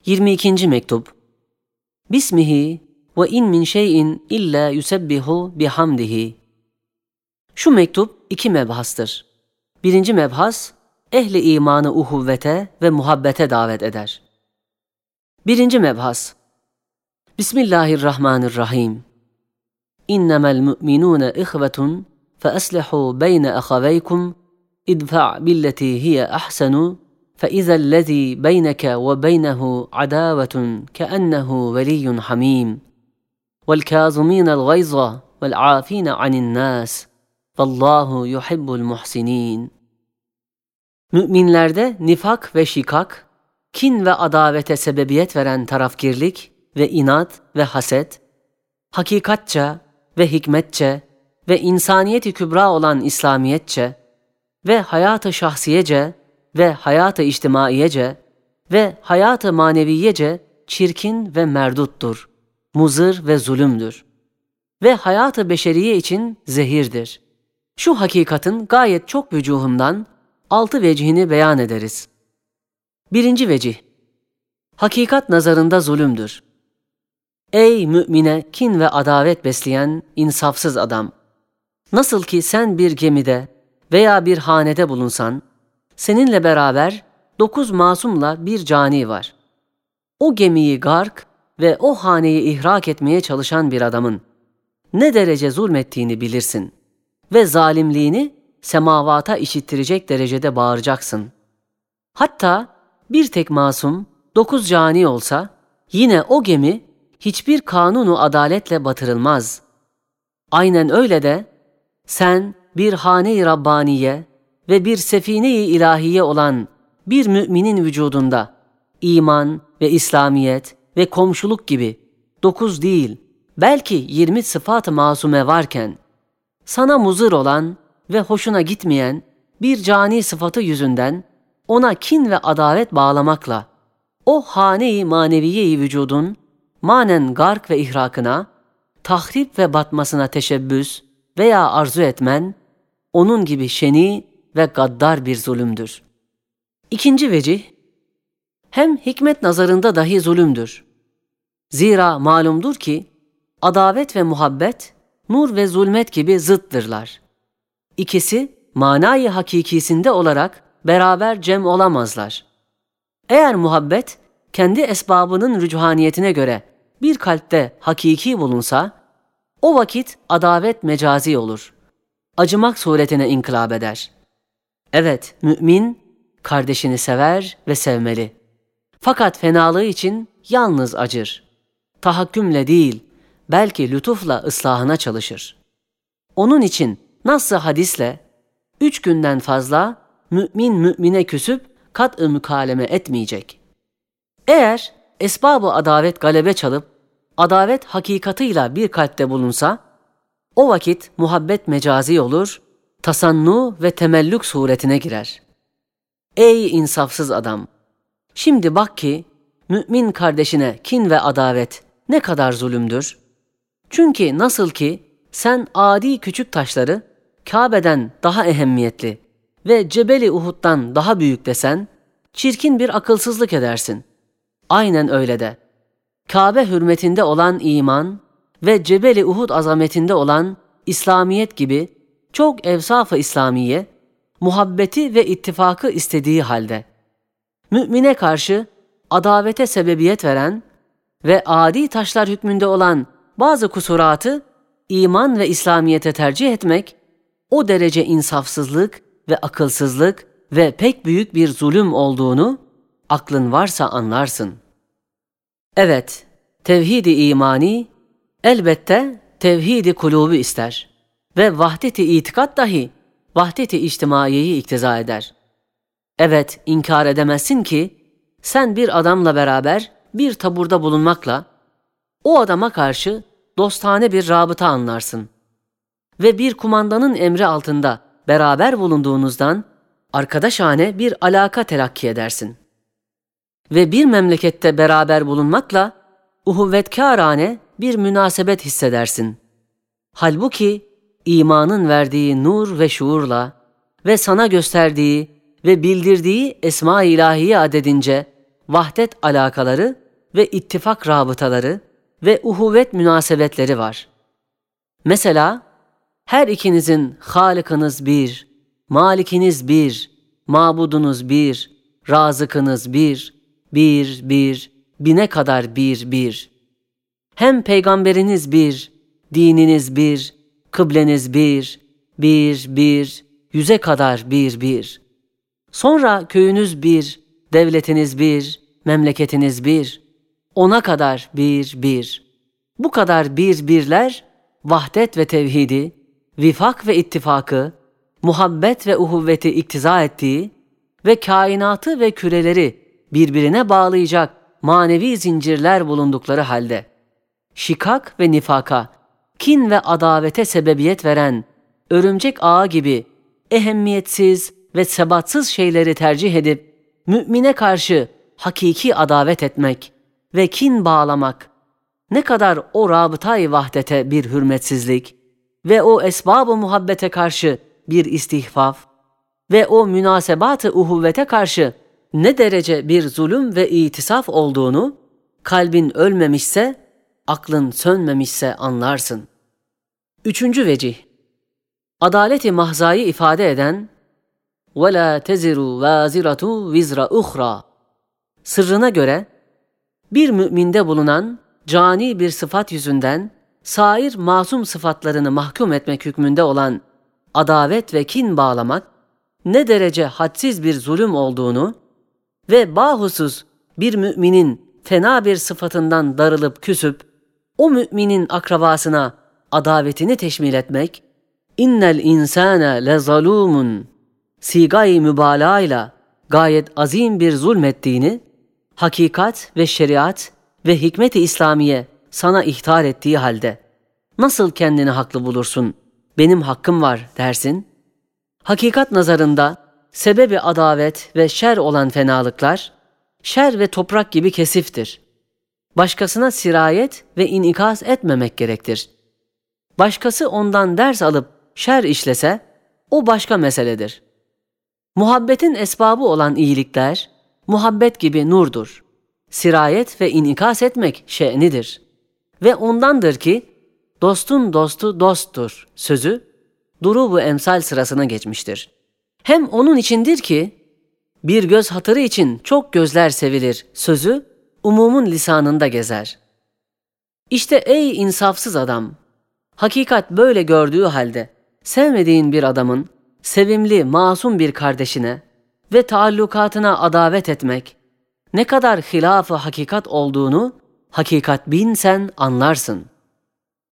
22. mektup. Bismihi ve in min şeyin illa yusebbihu bihamdihi. Şu mektup 2 mebhastır. 1. mebhas, ehli imanı uhuvvete ve muhabbete davet eder. 1. mebhas. Bismillahirrahmanirrahim. İnnemel mu'minûne ihvetun feaslihû beyne ahaveykum idfa' billeti hiye ahsenu فَإِذَا الَّذ۪ي بَيْنَكَ وَبَيْنَهُ عَدَاوَةٌ كَأَنَّهُ وَلِيٌّ حَم۪يمٌ وَالْكَاظِم۪ينَ الْغَيْظَ وَالْعَاف۪ينَ عَنِ النَّاسِ وَاللّٰهُ يُحِبُّ الْمُحْسِن۪ينَ. Müminlerde nifak ve şikak, kin ve adavete sebebiyet veren tarafgirlik ve inat ve haset, hakikatça ve hikmetçe ve insaniyet-i kübra olan İslamiyetçe ve hayat-ı şahsiyece ve hayat-ı içtimaiyece ve hayat-ı maneviyece çirkin ve merduttur, muzır ve zulümdür ve hayat-ı beşeriye için zehirdir. Şu hakikatin gayet çok vücuhundan 6 vecihini beyan ederiz. 1. vecih, hakikat nazarında zulümdür. Ey mümine kin ve adavet besleyen insafsız adam! Nasıl ki sen bir gemide veya bir hanede bulunsan, seninle beraber 9 masumla bir cani var. O gemiyi gark ve o haneyi ihrak etmeye çalışan bir adamın ne derece zulmettiğini bilirsin ve zalimliğini semavata işittirecek derecede bağıracaksın. Hatta bir tek masum 9 cani olsa yine o gemi hiçbir kanunu adaletle batırılmaz. Aynen öyle de sen bir hane-i Rabbaniye ve bir sefine-i ilahiye olan bir müminin vücudunda iman ve İslamiyet ve komşuluk gibi 9 değil, belki 20 sıfat-ı masume varken, sana muzır olan ve hoşuna gitmeyen bir cani sıfatı yüzünden ona kin ve adalet bağlamakla, o hane-i maneviye-i vücudun manen gark ve ihrakına, tahrip ve batmasına teşebbüs veya arzu etmen, onun gibi şeni ve gaddar bir zulümdür. 2. vecih, hem hikmet nazarında dahi zulümdür. Zira malumdur ki, adavet ve muhabbet, nur ve zulmet gibi zıttırlar. İkisi, manayı hakikisinde olarak beraber cem olamazlar. Eğer muhabbet, kendi esbabının rücuhaniyetine göre bir kalpte hakiki bulunsa, o vakit adavet mecazi olur. Acımak suretine inkılap eder. Evet, mümin, kardeşini sever ve sevmeli. Fakat fenalığı için yalnız acır. Tahakkümle değil, belki lütufla ıslahına çalışır. Onun için nasıl hadisle, 3 günden fazla mümin mümine küsüp kat-ı mükaleme etmeyecek. Eğer esbab-ı adavet galebe çalıp, adavet hakikatıyla bir kalpte bulunsa, o vakit muhabbet mecazi olur, tasannu ve temellük suretine girer. Ey insafsız adam! Şimdi bak ki, mümin kardeşine kin ve adavet ne kadar zulümdür? Çünkü nasıl ki sen adi küçük taşları Kabe'den daha ehemmiyetli ve Cebeli Uhud'dan daha büyük desen, çirkin bir akılsızlık edersin. Aynen öyle de. Kabe hürmetinde olan iman ve Cebeli Uhud azametinde olan İslamiyet gibi çok evsaf-ı İslamiye, muhabbeti ve ittifakı istediği halde, mümine karşı adavete sebebiyet veren ve adi taşlar hükmünde olan bazı kusuratı iman ve İslamiyete tercih etmek, o derece insafsızlık ve akılsızlık ve pek büyük bir zulüm olduğunu aklın varsa anlarsın. Evet, tevhid-i imani elbette tevhid-i kulubu ister ve vahdet-i itikat dahi vahdet-i içtimaiyeyi iktiza eder. Evet, inkar edemezsin ki sen bir adamla beraber bir taburda bulunmakla o adama karşı dostane bir rabıta anlarsın ve bir kumandanın emri altında beraber bulunduğunuzdan arkadaşane bir alaka telakki edersin. Ve bir memlekette beraber bulunmakla uhuvvetkârane bir münasebet hissedersin. Halbuki imanın verdiği nur ve şuurla ve sana gösterdiği ve bildirdiği esma-i ilahiye adedince vahdet alakaları ve ittifak rabıtaları ve uhuvvet münasebetleri var. Mesela her ikinizin Halıkınız bir, Malikiniz bir, Mabudunuz bir, Razıkınız bir, bir, bine kadar bir. Hem peygamberiniz bir, dininiz bir, kıbleniz bir, yüze kadar bir. Sonra köyünüz bir, devletiniz bir, memleketiniz bir, ona kadar bir. Bu kadar birler, vahdet ve tevhidi, vifak ve ittifakı, muhabbet ve uhuvveti iktiza ettiği ve kainatı ve küreleri birbirine bağlayacak manevi zincirler bulundukları halde, şikak ve nifaka, kin ve adavete sebebiyet veren örümcek ağı gibi ehemmiyetsiz ve sebatsız şeyleri tercih edip mümine karşı hakiki adavet etmek ve kin bağlamak, ne kadar o rabıtayı vahdete bir hürmetsizlik ve o esbab-ı muhabbete karşı bir istihfaf ve o münasebat-ı uhuvvete karşı ne derece bir zulüm ve itisaf olduğunu, kalbin ölmemişse, aklın sönmemişse anlarsın. 3. vecih, adalet-i mahzayı ifade eden وَلَا تَزِرُ وَازِرَةُ وِزْرَ اُخْرَى sırrına göre, bir müminde bulunan cani bir sıfat yüzünden sair masum sıfatlarını mahkum etmek hükmünde olan adavet ve kin bağlamak ne derece hadsiz bir zulüm olduğunu ve bahusus bir müminin fena bir sıfatından darılıp küsüp o müminin akrabasına adavetini teşmil etmek, innel insane lezalumun sigay-i mübalağayla gayet azim bir zulmettiğini, hakikat ve şeriat ve hikmet-i İslamiye sana ihtar ettiği halde nasıl kendini haklı bulursun, benim hakkım var dersin? Hakikat nazarında sebebi adavet ve şer olan fenalıklar, şer ve toprak gibi kesiftir. Başkasına sirayet ve inikas etmemek gerektir. Başkası ondan ders alıp şer işlese, o başka meseledir. Muhabbetin esbabı olan iyilikler, muhabbet gibi nurdur. Sirayet ve inikas etmek şe'nidir. Ve ondandır ki, dostun dostu dosttur sözü, durubu emsal sırasına geçmiştir. Hem onun içindir ki, bir göz hatırı için çok gözler sevilir sözü, umumun lisanında gezer. İşte ey insafsız adam, hakikat böyle gördüğü halde, sevmediğin bir adamın, sevimli, masum bir kardeşine ve taallukatına adavet etmek, ne kadar hilaf-ı hakikat olduğunu, hakikat bilsen anlarsın.